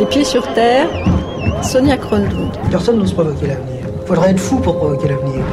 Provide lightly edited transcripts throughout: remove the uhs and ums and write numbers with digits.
Les pieds sur terre, Sonia Kronlund. Personne n'ose provoquer l'avenir. Il faudrait être fou pour provoquer l'avenir.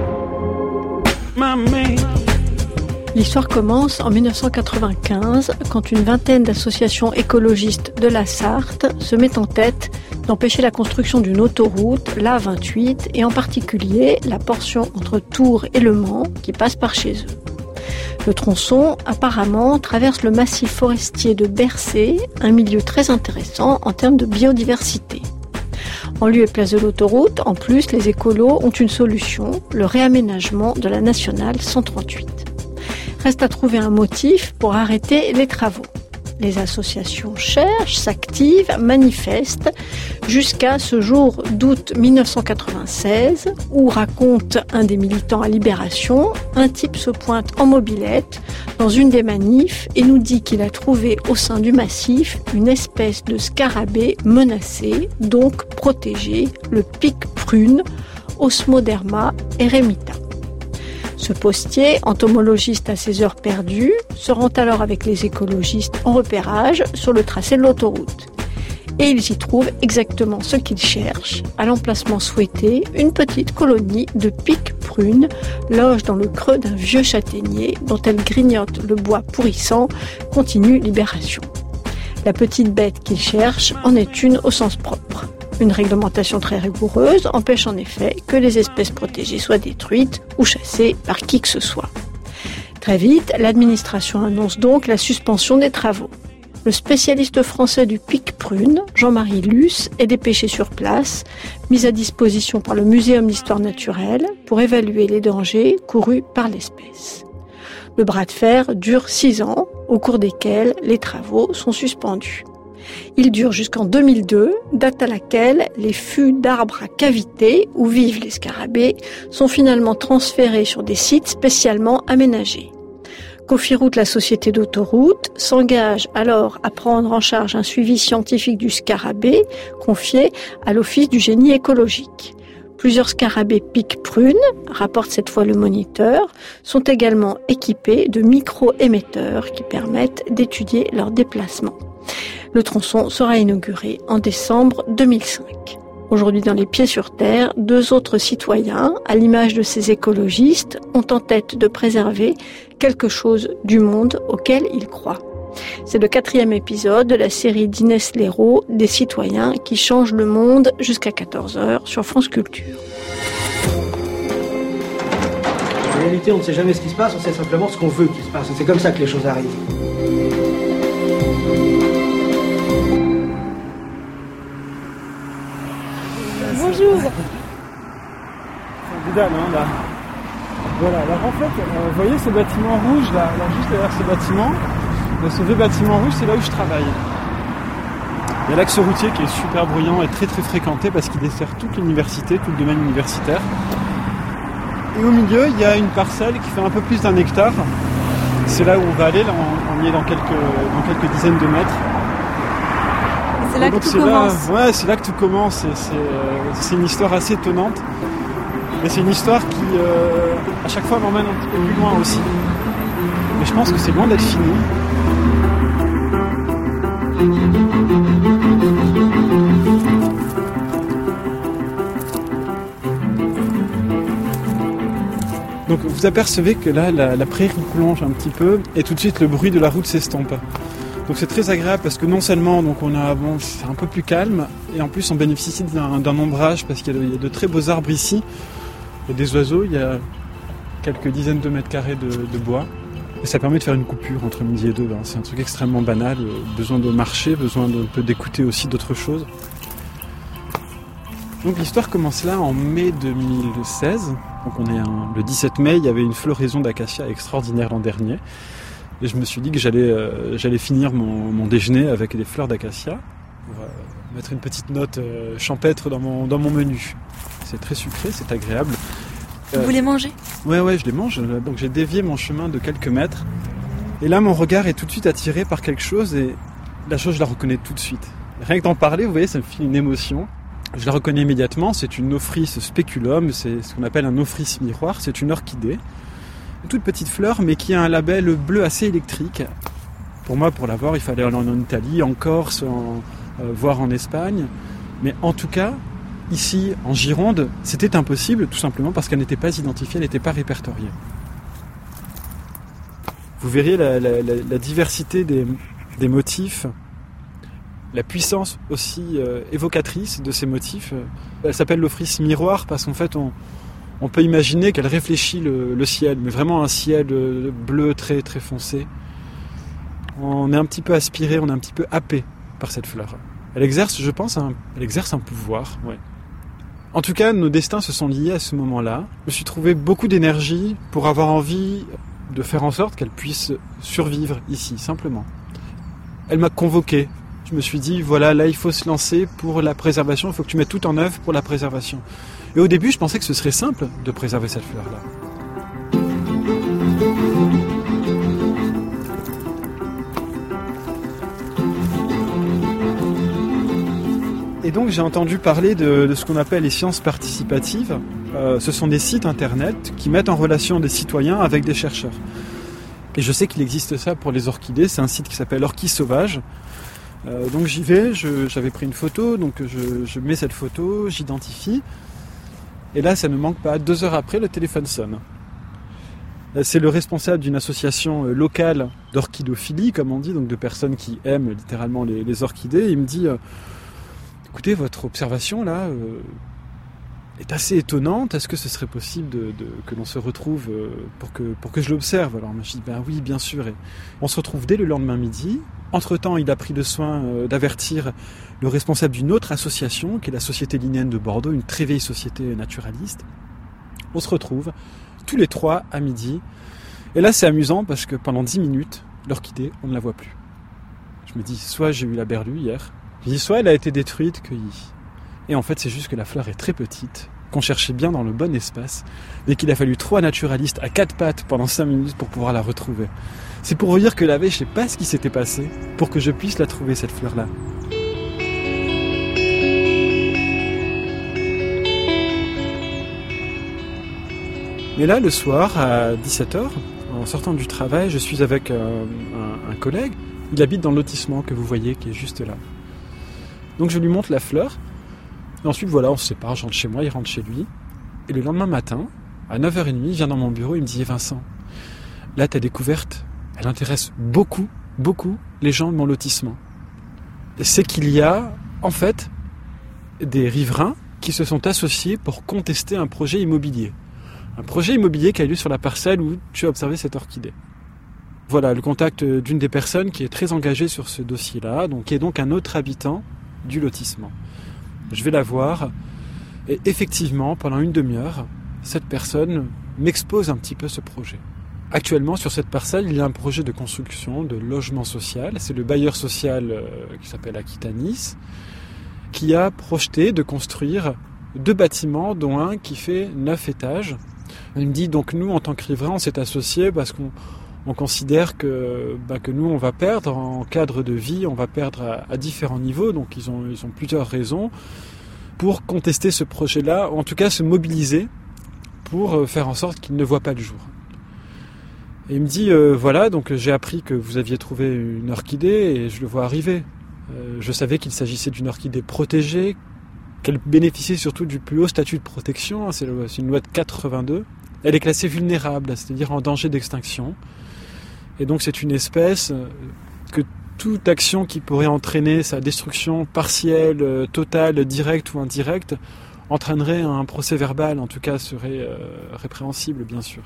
L'histoire commence en 1995, quand une vingtaine d'associations écologistes de la Sarthe se met en tête d'empêcher la construction d'une autoroute, l'A28, et en particulier la portion entre Tours et Le Mans qui passe par chez eux. Le tronçon, apparemment, traverse le massif forestier de Bercé, un milieu très intéressant en termes de biodiversité. En lieu et place de l'autoroute, en plus, les écolos ont une solution, le réaménagement de la nationale 138. Reste à trouver un motif pour arrêter les travaux. Les associations cherchent, s'activent, manifestent, jusqu'à ce jour d'août 1996, où, raconte un des militants à Libération, un type se pointe en mobilette dans une des manifs et nous dit qu'il a trouvé au sein du massif une espèce de scarabée menacé, donc protégé, le pic prune, Osmoderma eremita. Ce postier, entomologiste à ses heures perdues, se rend alors avec les écologistes en repérage sur le tracé de l'autoroute. Et ils y trouvent exactement ce qu'ils cherchent. À l'emplacement souhaité, une petite colonie de pics prunes loge dans le creux d'un vieux châtaignier dont elle grignote le bois pourrissant, continue Libération. La petite bête qu'ils cherchent en est une au sens propre. Une réglementation très rigoureuse empêche en effet que les espèces protégées soient détruites ou chassées par qui que ce soit. Très vite, l'administration annonce donc la suspension des travaux. Le spécialiste français du pic prune, Jean-Marie Luce, est dépêché sur place, mis à disposition par le Muséum d'histoire naturelle pour évaluer les dangers courus par l'espèce. Le bras de fer dure 6 ans, au cours desquels les travaux sont suspendus. Il dure jusqu'en 2002, date à laquelle les fûts d'arbres à cavité où vivent les scarabées sont finalement transférés sur des sites spécialement aménagés. Cofiroute, la société d'autoroute, s'engage alors à prendre en charge un suivi scientifique du scarabée confié à l'Office du génie écologique. Plusieurs scarabées pics prunes, rapporte cette fois le Moniteur, sont également équipés de micro-émetteurs qui permettent d'étudier leur déplacement. Le tronçon sera inauguré en décembre 2005. Aujourd'hui, dans les pieds sur terre, 2 autres citoyens, à l'image de ces écologistes, ont en tête de préserver quelque chose du monde auquel ils croient. C'est le 4e épisode de la série d'Inès Léraud, des citoyens qui changent le monde, jusqu'à 14h sur France Culture. En réalité, on ne sait jamais ce qui se passe, on sait simplement ce qu'on veut qu'il se passe. Et c'est comme ça que les choses arrivent. Bonjour. C'est Vidal, hein, là. Voilà, alors en fait, vous voyez ce bâtiment rouge, là, juste derrière ce bâtiment, ce vieux bâtiment rouge, c'est là où je travaille. Il y a l'axe routier qui est super bruyant et très très fréquenté parce qu'il dessert toute l'université, tout le domaine universitaire. Et au milieu, il y a une parcelle qui fait un peu plus d'1 hectare. C'est là où on va aller, là on y est dans quelques dizaines de mètres. C'est là que tout commence. Ouais, c'est là que tout commence. C'est une histoire assez étonnante. Et c'est une histoire qui, à chaque fois, m'emmène un petit peu plus loin aussi. Mais je pense que c'est loin d'être fini. Donc vous apercevez que là, la prairie plonge un petit peu et tout de suite le bruit de la route s'estompe. Donc c'est très agréable parce que non seulement c'est un peu plus calme et en plus on bénéficie d'un ombrage parce qu'il y a de très beaux arbres ici. Il y a des oiseaux, il y a quelques dizaines de mètres carrés de bois. Et ça permet de faire une coupure entre midi et 2. C'est un truc extrêmement banal, besoin de marcher, besoin d'un peu d'écouter aussi d'autres choses. Donc l'histoire commence là en mai 2016. Donc on est le 17 mai, il y avait une floraison d'acacia extraordinaire l'an dernier. Et je me suis dit que j'allais finir mon déjeuner avec des fleurs d'acacia pour mettre une petite note champêtre dans mon menu. C'est très sucré, c'est agréable. Vous les mangez ? Ouais, je les mange. Donc j'ai dévié mon chemin de quelques mètres. Et là, mon regard est tout de suite attiré par quelque chose et la chose, je la reconnais tout de suite. Rien que d'en parler, vous voyez, ça me fait une émotion. Je la reconnais immédiatement, c'est une Ophrys speculum, c'est ce qu'on appelle un Ophrys miroir, c'est une orchidée. Une toute petite fleur, mais qui a un label bleu assez électrique. Pour moi, pour l'avoir, il fallait aller en Italie, en Corse, voire en Espagne. Mais en tout cas, ici, en Gironde, c'était impossible, tout simplement parce qu'elle n'était pas identifiée, elle n'était pas répertoriée. Vous verriez la diversité des motifs, la puissance aussi évocatrice de ces motifs. Elle s'appelle l'ophrys miroir parce qu'en fait, on peut imaginer qu'elle réfléchit le ciel, mais vraiment un ciel bleu très, très foncé. On est un petit peu aspiré, on est un petit peu happé par cette fleur. Elle exerce, je pense, un pouvoir. Ouais. En tout cas, nos destins se sont liés à ce moment-là. Je me suis trouvé beaucoup d'énergie pour avoir envie de faire en sorte qu'elle puisse survivre ici, simplement. Elle m'a convoqué. Je me suis dit, voilà, là, il faut se lancer pour la préservation, il faut que tu mettes tout en œuvre pour la préservation. Et au début, je pensais que ce serait simple de préserver cette fleur-là. Et donc j'ai entendu parler de ce qu'on appelle les sciences participatives. Ce sont des sites internet qui mettent en relation des citoyens avec des chercheurs. Et je sais qu'il existe ça pour les orchidées, c'est un site qui s'appelle Orchis Sauvage. Donc j'y vais, j'avais pris une photo, donc je mets cette photo, j'identifie. Et là ça ne manque pas, 2 heures après le téléphone sonne. C'est le responsable d'une association locale d'orchidophilie, comme on dit, donc de personnes qui aiment littéralement les orchidées. Il me dit... Écoutez, votre observation là est assez étonnante. Est-ce que ce serait possible que l'on se retrouve pour que je l'observe ? Alors je dis oui, bien sûr. Et on se retrouve dès le lendemain midi. Entre-temps, il a pris le soin d'avertir le responsable d'une autre association, qui est la Société Linnéenne de Bordeaux, une très vieille société naturaliste. On se retrouve tous les 3 à midi. Et là, c'est amusant parce que pendant 10 minutes, l'orchidée, on ne la voit plus. Je me dis, soit j'ai eu la berlue hier, je dis soit elle a été détruite, cueillie. Et en fait, c'est juste que la fleur est très petite, qu'on cherchait bien dans le bon espace, et qu'il a fallu 3 naturalistes à 4 pattes pendant 5 minutes pour pouvoir la retrouver. C'est pour vous dire que la veille, je ne sais pas ce qui s'était passé pour que je puisse la trouver, cette fleur-là. Mais là, le soir, à 17h, en sortant du travail, je suis avec un collègue. Il habite dans le lotissement que vous voyez, qui est juste là. Donc je lui montre la fleur, et ensuite voilà, on se sépare, je rentre chez moi, il rentre chez lui. Et le lendemain matin, à 9h30, il vient dans mon bureau, il me dit « Vincent, là ta découverte, elle intéresse beaucoup, beaucoup les gens de mon lotissement. » C'est qu'il y a, en fait, des riverains qui se sont associés pour contester un projet immobilier. Un projet immobilier qui a lieu sur la parcelle où tu as observé cette orchidée. Voilà, le contact d'une des personnes qui est très engagée sur ce dossier-là, donc, qui est donc un autre habitant du lotissement. Je vais la voir et effectivement, pendant une demi-heure, cette personne m'expose un petit peu ce projet. Actuellement, sur cette parcelle, il y a un projet de construction de logement social. C'est le bailleur social qui s'appelle Aquitanis qui a projeté de construire 2 bâtiments, dont un qui fait 9 étages. Il me dit donc nous, en tant que riverains, on s'est associés parce qu'on considère que nous, on va perdre en cadre de vie, on va perdre à différents niveaux, donc ils ont plusieurs raisons pour contester ce projet-là, ou en tout cas se mobiliser pour faire en sorte qu'il ne voit pas le jour. Et il me dit, voilà, donc j'ai appris que vous aviez trouvé une orchidée et je le vois arriver. Je savais qu'il s'agissait d'une orchidée protégée, qu'elle bénéficiait surtout du plus haut statut de protection, c'est une loi de 82. Elle est classée vulnérable, c'est-à-dire en danger d'extinction. Et donc c'est une espèce que toute action qui pourrait entraîner sa destruction partielle, totale, directe ou indirecte, entraînerait un procès verbal, en tout cas serait répréhensible bien sûr.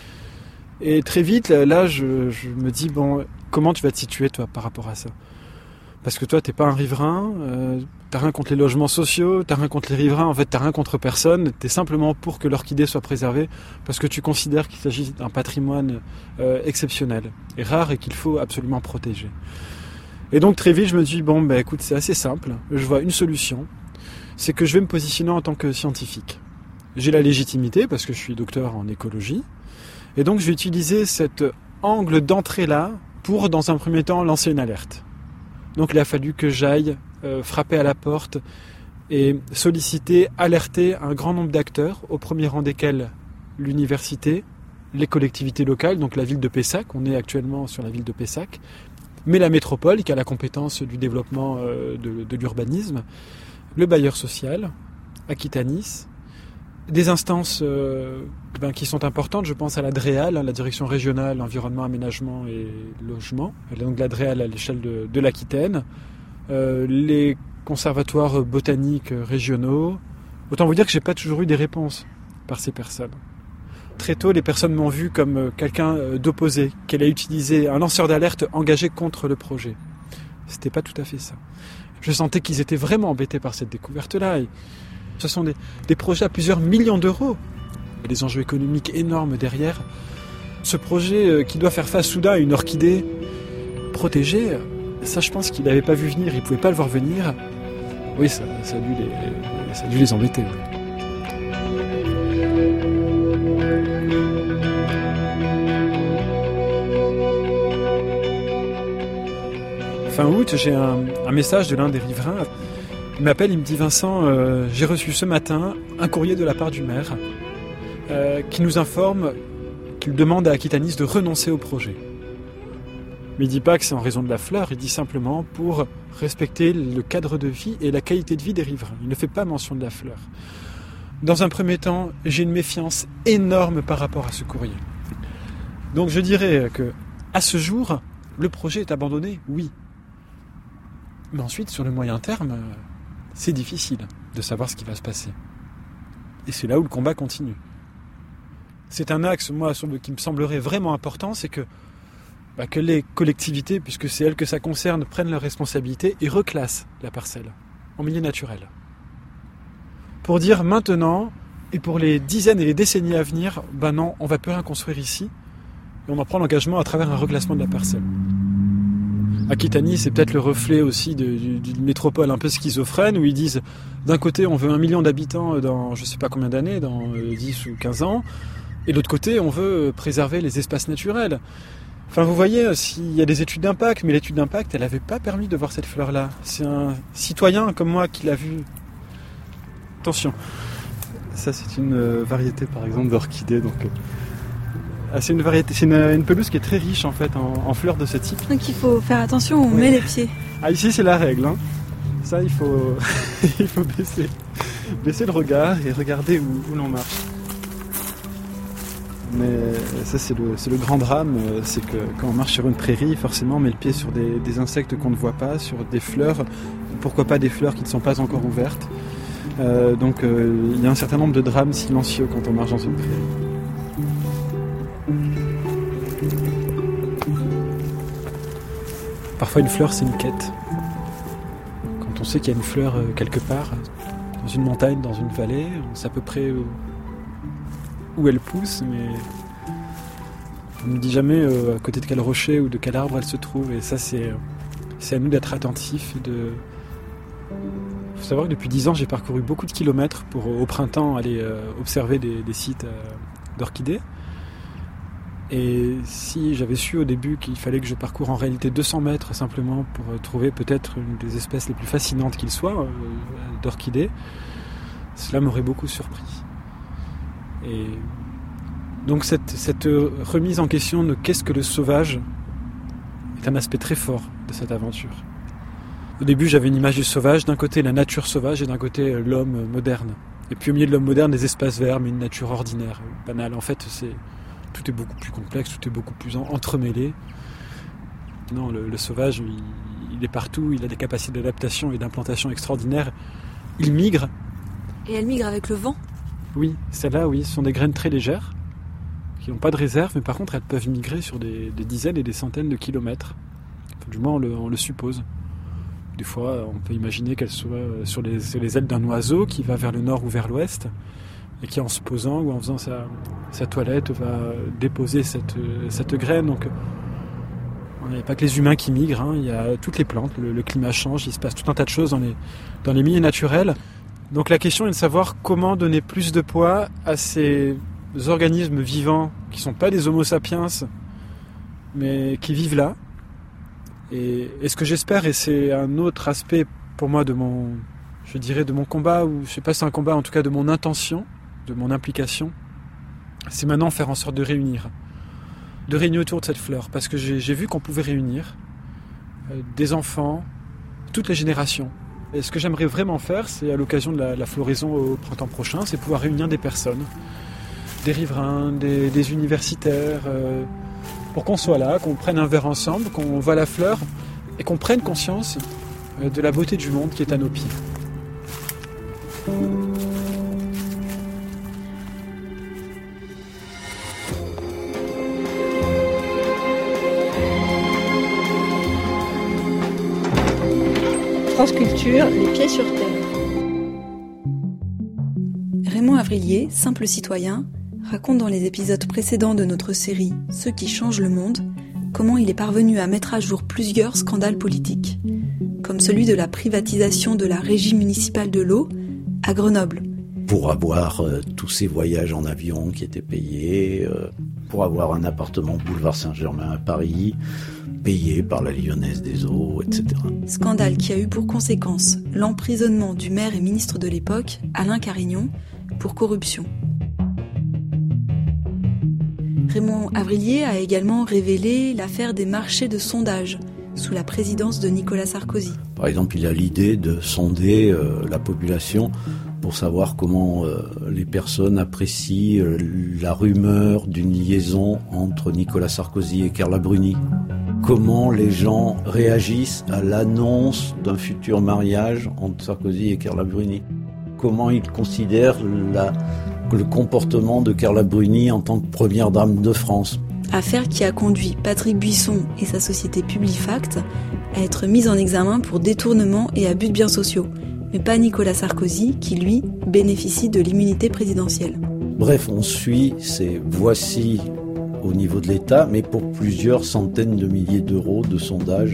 Et très vite, là je me dis, bon, comment tu vas te situer toi par rapport à ça ? Parce que toi t'es pas un riverain, t'as rien contre les logements sociaux, t'as rien contre les riverains, en fait t'as rien contre personne, t'es simplement pour que l'orchidée soit préservée parce que tu considères qu'il s'agit d'un patrimoine exceptionnel et rare et qu'il faut absolument protéger. Et donc très vite je me dis, bon écoute, c'est assez simple, je vois une solution, c'est que je vais me positionner en tant que scientifique. J'ai la légitimité parce que je suis docteur en écologie, et donc je vais utiliser cet angle d'entrée-là pour, dans un premier temps, lancer une alerte. Donc il a fallu que j'aille frapper à la porte et solliciter, alerter un grand nombre d'acteurs, au premier rang desquels l'université, les collectivités locales, donc la ville de Pessac, on est actuellement sur la ville de Pessac, mais la métropole qui a la compétence du développement de l'urbanisme, le bailleur social, Aquitanis, des instances qui sont importantes, je pense à la DREAL, la Direction Régionale Environnement, Aménagement et Logement, donc la DREAL à l'échelle de l'Aquitaine, les conservatoires botaniques régionaux. Autant vous dire que je n'ai pas toujours eu des réponses par ces personnes. Très tôt, les personnes m'ont vu comme quelqu'un d'opposé, qu'elle a utilisé un lanceur d'alerte engagé contre le projet. C'était pas tout à fait ça. Je sentais qu'ils étaient vraiment embêtés par cette découverte-là. Et ce sont des projets à plusieurs millions d'euros. Des enjeux économiques énormes derrière. Ce projet qui doit faire face soudain à une orchidée protégée, ça je pense qu'il n'avait pas vu venir, il ne pouvait pas le voir venir. Oui, ça a dû les embêter. Fin août, j'ai un message de l'un des riverains. Il m'appelle, il me dit « Vincent, j'ai reçu ce matin un courrier de la part du maire qui nous informe qu'il demande à Aquitanis de renoncer au projet. » Mais il ne dit pas que c'est en raison de la fleur, il dit simplement pour respecter le cadre de vie et la qualité de vie des riverains. Il ne fait pas mention de la fleur. Dans un premier temps, j'ai une méfiance énorme par rapport à ce courrier. Donc je dirais que à ce jour, le projet est abandonné, oui. Mais ensuite, sur le moyen terme, c'est difficile de savoir ce qui va se passer. Et c'est là où le combat continue. C'est un axe, moi, qui me semblerait vraiment important, c'est que les collectivités, puisque c'est elles que ça concerne, prennent leurs responsabilités et reclassent la parcelle en milieu naturel. Pour dire maintenant, et pour les dizaines et les décennies à venir, non, on ne va plus rien construire ici, et on en prend l'engagement à travers un reclassement de la parcelle. Aquitanis, c'est peut-être le reflet aussi d'une métropole un peu schizophrène, où ils disent, d'un côté, on veut 1 million d'habitants dans je ne sais pas combien d'années, dans 10 ou 15 ans, et de l'autre côté, on veut préserver les espaces naturels. Enfin, vous voyez, s'il y a des études d'impact, mais l'étude d'impact, elle n'avait pas permis de voir cette fleur-là. C'est un citoyen comme moi qui l'a vue. Attention. Ça, c'est une variété, par exemple, d'orchidée. Donc, c'est une variété, c'est une pelouse qui est très riche, en fait, en fleurs de ce type. Donc, il faut faire attention où on met les pieds. Ah, ici, c'est la règle. Ça, il faut, il faut baisser le regard et regarder où l'on marche. Mais ça, c'est le grand drame, c'est que quand on marche sur une prairie, forcément on met le pied sur des insectes qu'on ne voit pas, sur des fleurs, pourquoi pas des fleurs qui ne sont pas encore ouvertes. Donc il y a un certain nombre de drames silencieux quand on marche dans une prairie. Parfois une fleur, c'est une quête. Quand on sait qu'il y a une fleur quelque part, dans une montagne, dans une vallée, on sait à peu près où elle pousse, mais on ne dit jamais à côté de quel rocher ou de quel arbre elle se trouve. Et ça, c'est à nous d'être attentifs. Il faut savoir que depuis 10 ans, j'ai parcouru beaucoup de kilomètres pour, au printemps, aller observer des sites d'orchidées. Et si j'avais su au début qu'il fallait que je parcours en réalité 200 mètres simplement pour trouver peut-être une des espèces les plus fascinantes qu'il soit, d'orchidées, cela m'aurait beaucoup surpris. Et donc cette remise en question de qu'est-ce que le sauvage est un aspect très fort de cette aventure. Au début, j'avais une image du sauvage, d'un côté la nature sauvage et d'un côté l'homme moderne. Et puis au milieu de l'homme moderne, des espaces verts, mais une nature ordinaire, banale. En fait, tout est beaucoup plus complexe, tout est beaucoup plus entremêlé. Non, le sauvage, il est partout, il a des capacités d'adaptation et d'implantation extraordinaires. Il migre. Et elle migre avec le vent ? Oui, celles-là, oui, ce sont des graines très légères, qui n'ont pas de réserve, mais par contre, elles peuvent migrer sur des dizaines et des centaines de kilomètres. Enfin, du moins, on le suppose. Des fois, on peut imaginer qu'elles soient sur les ailes d'un oiseau qui va vers le nord ou vers l'ouest, et qui, en se posant ou en faisant sa toilette, va déposer cette graine. Donc, il n'y a pas que les humains qui migrent, il y a toutes les plantes, le climat change, il se passe tout un tas de choses dans les milieux naturels. Donc la question est de savoir comment donner plus de poids à ces organismes vivants qui ne sont pas des homo sapiens, mais qui vivent là. Et ce que j'espère, et c'est un autre aspect pour moi de mon combat, ou je ne sais pas si c'est un combat, en tout cas de mon intention, de mon implication, c'est maintenant faire en sorte de réunir autour de cette fleur. Parce que j'ai vu qu'on pouvait réunir. des enfants, toutes les générations. Et ce que j'aimerais vraiment faire, c'est à l'occasion de la floraison au printemps prochain, c'est pouvoir réunir des personnes, des riverains, des universitaires, pour qu'on soit là, qu'on prenne un verre ensemble, qu'on voit la fleur et qu'on prenne conscience de la beauté du monde qui est à nos pieds. France Culture, les pieds sur terre. Raymond Avrilier, simple citoyen, raconte dans les épisodes précédents de notre série « Ceux qui changent le monde » comment il est parvenu à mettre à jour plusieurs scandales politiques, comme celui de la privatisation de la régie municipale de l'eau à Grenoble. Pour avoir tous ces voyages en avion qui étaient payés, pour avoir un appartement boulevard Saint-Germain à Paris, payé par la Lyonnaise des Eaux, etc. Scandale qui a eu pour conséquence l'emprisonnement du maire et ministre de l'époque, Alain Carignon, pour corruption. Raymond Avrilier a également révélé l'affaire des marchés de sondage sous la présidence de Nicolas Sarkozy. Par exemple, il a l'idée de sonder la population pour savoir comment les personnes apprécient la rumeur d'une liaison entre Nicolas Sarkozy et Carla Bruni. Comment les gens réagissent à l'annonce d'un futur mariage entre Sarkozy et Carla Bruni. Comment ils considèrent le comportement de Carla Bruni en tant que première dame de France. Affaire qui a conduit Patrick Buisson et sa société Publifact à être mis en examen pour détournement et abus de biens sociaux, mais pas Nicolas Sarkozy qui, lui, bénéficie de l'immunité présidentielle. Bref, on suit ces voici au niveau de l'État, mais pour plusieurs centaines de milliers d'euros de sondage.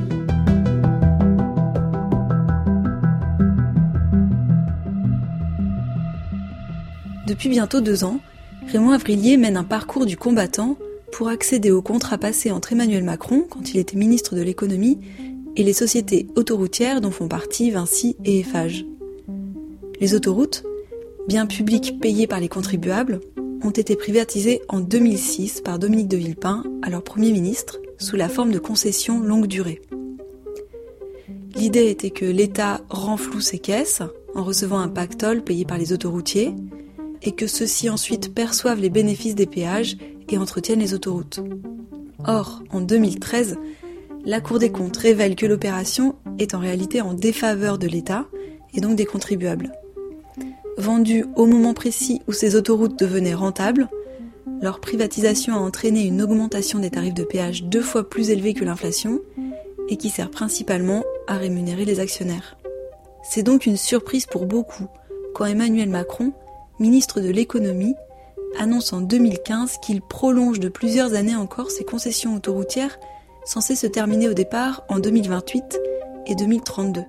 Depuis bientôt 2 ans, Raymond Avrilier mène un parcours du combattant pour accéder au contrat passé entre Emmanuel Macron, quand il était ministre de l'économie, et les sociétés autoroutières dont font partie Vinci et Eiffage. Les autoroutes, biens publics payés par les contribuables, ont été privatisées en 2006 par Dominique de Villepin, alors Premier ministre, sous la forme de concessions longue durée. L'idée était que l'État renfloue ses caisses en recevant un pactole payé par les autoroutiers et que ceux-ci ensuite perçoivent les bénéfices des péages et entretiennent les autoroutes. Or, en 2013, la Cour des comptes révèle que l'opération est en réalité en défaveur de l'État et donc des contribuables. Vendues au moment précis où ces autoroutes devenaient rentables, leur privatisation a entraîné une augmentation des tarifs de péage 2 fois plus élevée que l'inflation et qui sert principalement à rémunérer les actionnaires. C'est donc une surprise pour beaucoup quand Emmanuel Macron, ministre de l'économie, annonce en 2015 qu'il prolonge de plusieurs années encore ses concessions autoroutières censées se terminer au départ en 2028 et 2032.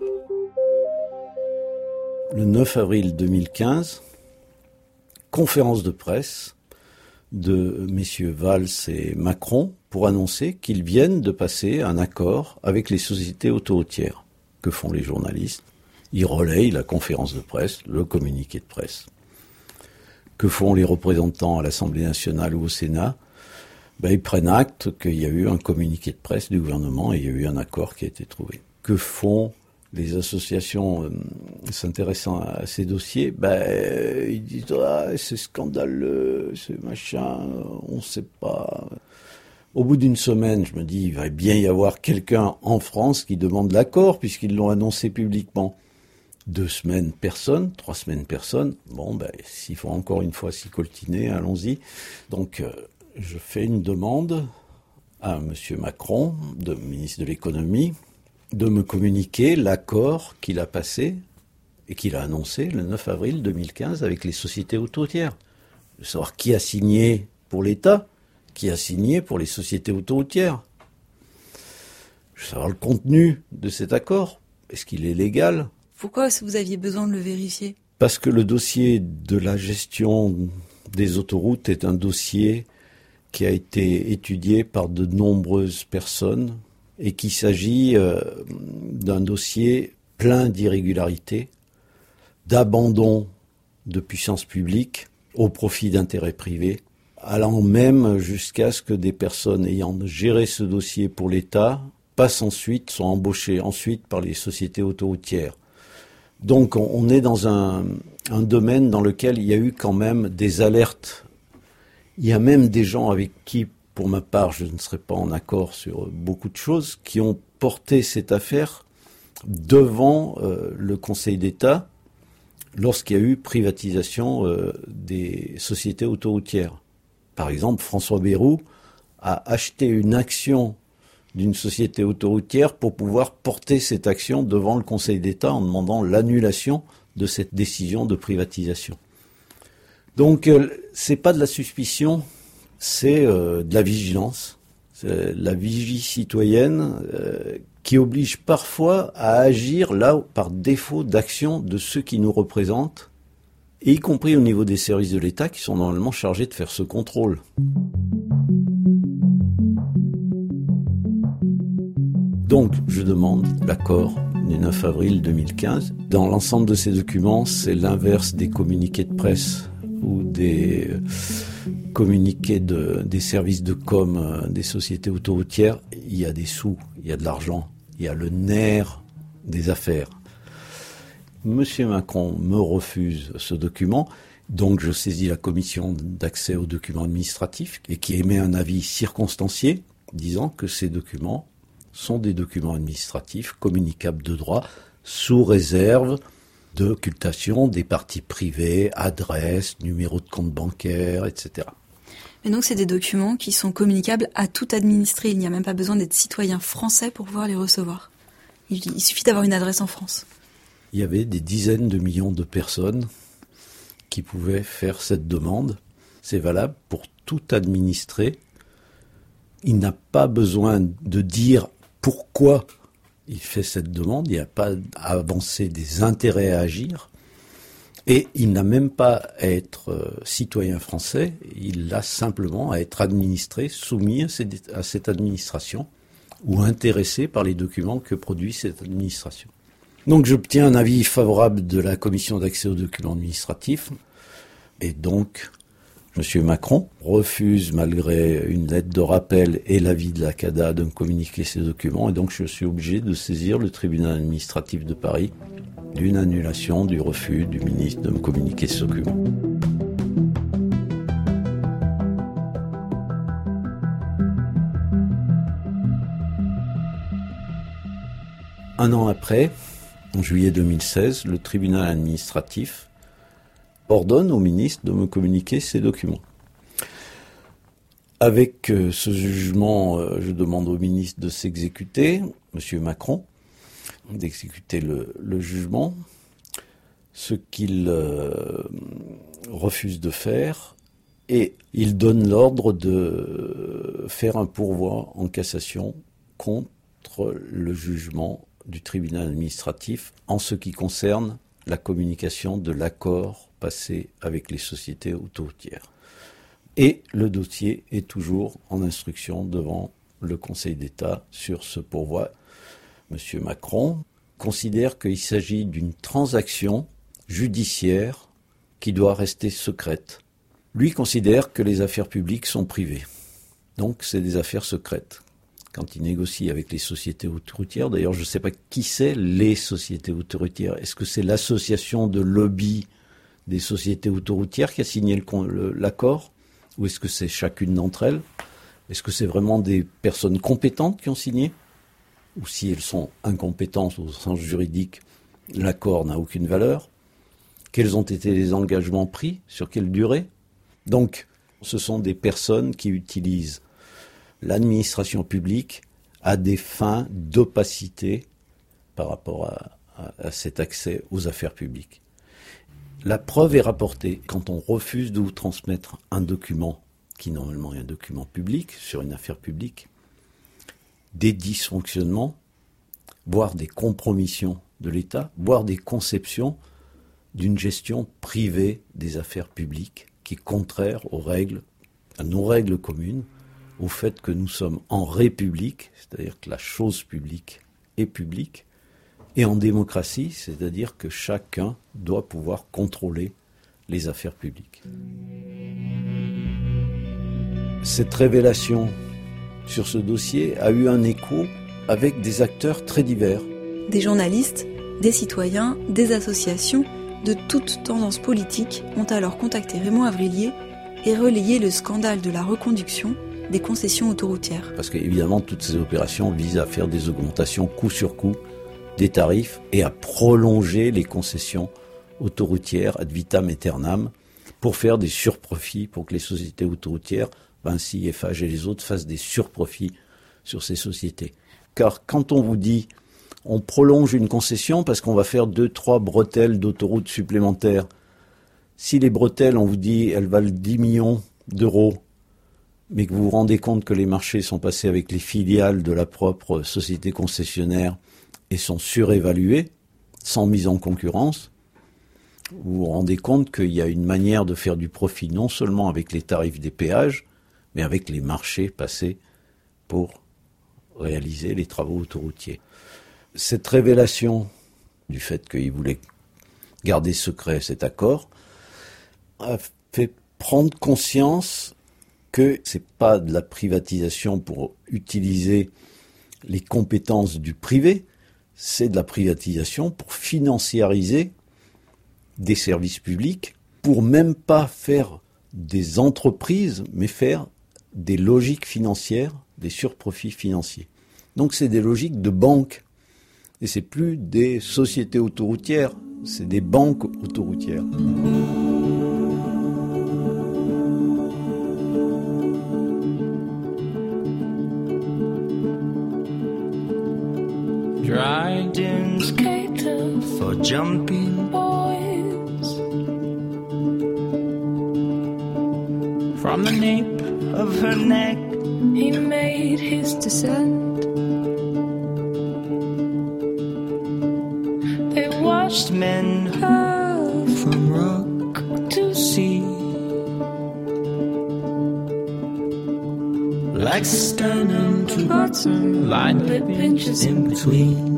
Le 9 avril 2015, conférence de presse de messieurs Valls et Macron pour annoncer qu'ils viennent de passer un accord avec les sociétés autoroutières. Que font les journalistes ? Ils relayent la conférence de presse, le communiqué de presse. Que font les représentants à l'Assemblée nationale ou au Sénat ? Ils prennent acte qu'il y a eu un communiqué de presse du gouvernement et il y a eu un accord qui a été trouvé. Que font les associations s'intéressant à ces dossiers ? Ils disent « c'est scandaleux, c'est machin, on ne sait pas ». Au bout d'une semaine, je me dis, il va bien y avoir quelqu'un en France qui demande l'accord puisqu'ils l'ont annoncé publiquement. 2 semaines, personne. 3 semaines, personne. S'il faut encore une fois s'y coltiner, allons-y. Donc, je fais une demande à M. Macron, ministre de l'économie, de me communiquer l'accord qu'il a passé et qu'il a annoncé le 9 avril 2015 avec les sociétés autoroutières. De savoir qui a signé pour l'État, qui a signé pour les sociétés autoroutières. Je veux savoir le contenu de cet accord. Est-ce qu'il est légal ? Pourquoi vous aviez besoin de le vérifier ? Parce que le dossier de la gestion des autoroutes est un dossier qui a été étudié par de nombreuses personnes et qu'il s'agit d'un dossier plein d'irrégularités, d'abandon de puissance publique au profit d'intérêts privés, allant même jusqu'à ce que des personnes ayant géré ce dossier pour l'État sont embauchés ensuite par les sociétés autoroutières. Donc on est dans un domaine dans lequel il y a eu quand même des alertes. Il y a même des gens avec qui, pour ma part, je ne serais pas en accord sur beaucoup de choses, qui ont porté cette affaire devant le Conseil d'État lorsqu'il y a eu privatisation des sociétés autoroutières. Par exemple, François Bayrou a acheté une action d'une société autoroutière pour pouvoir porter cette action devant le Conseil d'État en demandant l'annulation de cette décision de privatisation. Donc, c'est pas de la suspicion, c'est de la vigilance, c'est la vigie citoyenne qui oblige parfois à agir là par défaut d'action de ceux qui nous représentent, et y compris au niveau des services de l'État qui sont normalement chargés de faire ce contrôle. Donc, je demande l'accord du 9 avril 2015. Dans l'ensemble de ces documents, c'est l'inverse des communiqués de presse ou des communiqués des services de com des sociétés autoroutières. Il y a des sous, il y a de l'argent, il y a le nerf des affaires. Monsieur Macron me refuse ce document, donc je saisis la commission d'accès aux documents administratifs et qui émet un avis circonstancié disant que ces documents sont des documents administratifs communicables de droit sous réserve d'occultation des parties privées, adresses, numéros de compte bancaire, etc. Mais donc c'est des documents qui sont communicables à tout administré. Il n'y a même pas besoin d'être citoyen français pour pouvoir les recevoir. Il suffit d'avoir une adresse en France. Il y avait des dizaines de millions de personnes qui pouvaient faire cette demande. C'est valable pour tout administré. Il n'a pas besoin de dire pourquoi il fait cette demande. Il n'y a pas à avancer des intérêts à agir. Et il n'a même pas à être citoyen français. Il a simplement à être administré, soumis à cette administration ou intéressé par les documents que produit cette administration. Donc j'obtiens un avis favorable de la commission d'accès aux documents administratifs. Et donc, M. Macron refuse, malgré une lettre de rappel et l'avis de la CADA, de me communiquer ces documents. Et donc, je suis obligé de saisir le tribunal administratif de Paris d'une annulation du refus du ministre de me communiquer ces documents. Un an après, en juillet 2016, le tribunal administratif ordonne au ministre de me communiquer ces documents. Avec ce jugement, je demande au ministre de s'exécuter, M. Macron, d'exécuter le jugement, ce qu'il refuse de faire, et il donne l'ordre de faire un pourvoi en cassation contre le jugement du tribunal administratif en ce qui concerne la communication de l'accord passé avec les sociétés autoroutières. Et le dossier est toujours en instruction devant le Conseil d'État sur ce pourvoi. M. Macron considère qu'il s'agit d'une transaction judiciaire qui doit rester secrète. Lui considère que les affaires publiques sont privées. Donc c'est des affaires secrètes. Quand il négocie avec les sociétés autoroutières, d'ailleurs je ne sais pas qui c'est les sociétés autoroutières. Est-ce que c'est l'association de lobby des sociétés autoroutières qui a signé l'accord, ou est-ce que c'est chacune d'entre elles? Est-ce que c'est vraiment des personnes compétentes qui ont signé? Ou si elles sont incompétentes au sens juridique, l'accord n'a aucune valeur? Quels ont été les engagements pris? Sur quelle durée? Donc, ce sont des personnes qui utilisent l'administration publique à des fins d'opacité par rapport à cet accès aux affaires publiques. La preuve est rapportée quand on refuse de vous transmettre un document, qui normalement est un document public, sur une affaire publique, des dysfonctionnements, voire des compromissions de l'État, voire des conceptions d'une gestion privée des affaires publiques, qui est contraire aux règles, à nos règles communes, au fait que nous sommes en république, c'est-à-dire que la chose publique est publique, et en démocratie, c'est-à-dire que chacun doit pouvoir contrôler les affaires publiques. Cette révélation sur ce dossier a eu un écho avec des acteurs très divers. Des journalistes, des citoyens, des associations de toutes tendances politiques ont alors contacté Raymond Avrilier et relayé le scandale de la reconduction des concessions autoroutières. Parce qu'évidemment, toutes ces opérations visent à faire des augmentations coup sur coup des tarifs et à prolonger les concessions autoroutières ad vitam aeternam pour faire des surprofits, pour que les sociétés autoroutières, Vinci, Eiffage et les autres, fassent des surprofits sur ces sociétés. Car quand on vous dit on prolonge une concession parce qu'on va faire 2-3 bretelles d'autoroutes supplémentaires, si les bretelles, on vous dit, elles valent 10 millions d'euros, mais que vous vous rendez compte que les marchés sont passés avec les filiales de la propre société concessionnaire et sont surévalués, sans mise en concurrence, vous vous rendez compte qu'il y a une manière de faire du profit non seulement avec les tarifs des péages, mais avec les marchés passés pour réaliser les travaux autoroutiers. Cette révélation du fait qu'ils voulaient garder secret cet accord a fait prendre conscience que c'est pas de la privatisation pour utiliser les compétences du privé, c'est de la privatisation pour financiariser des services publics, pour même pas faire des entreprises, mais faire des logiques financières, des surprofits financiers. Donc c'est des logiques de banque. Et c'est plus des sociétés autoroutières, c'est des banques autoroutières. Dragged skater for jumping boys from the nape of her neck he made his descent. They watched men hurl from rock to sea like sternum to bottom, line lip inches in between.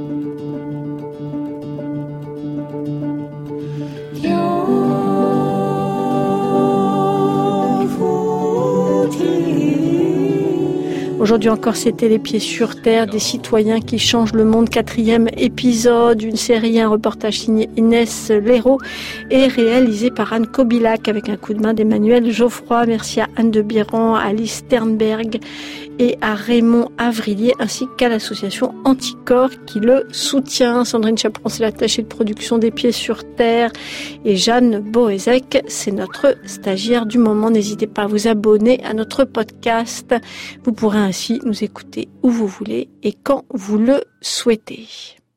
Aujourd'hui encore, c'était Les Pieds sur Terre, des citoyens qui changent le monde. 4e épisode, une série, un reportage signé Inès Léraud et réalisé par Anne Kobilac avec un coup de main d'Emmanuel Geoffroy. Merci à Anne de Biran, à Alice Sternberg et à Raymond Avrilier ainsi qu'à l'association Anticorps qui le soutient. Sandrine Chaperon, c'est l'attachée de production des Pieds sur Terre et Jeanne Boézek, c'est notre stagiaire du moment. N'hésitez pas à vous abonner à notre podcast. Vous pourrez ainsi nous écouter où vous voulez et quand vous le souhaitez.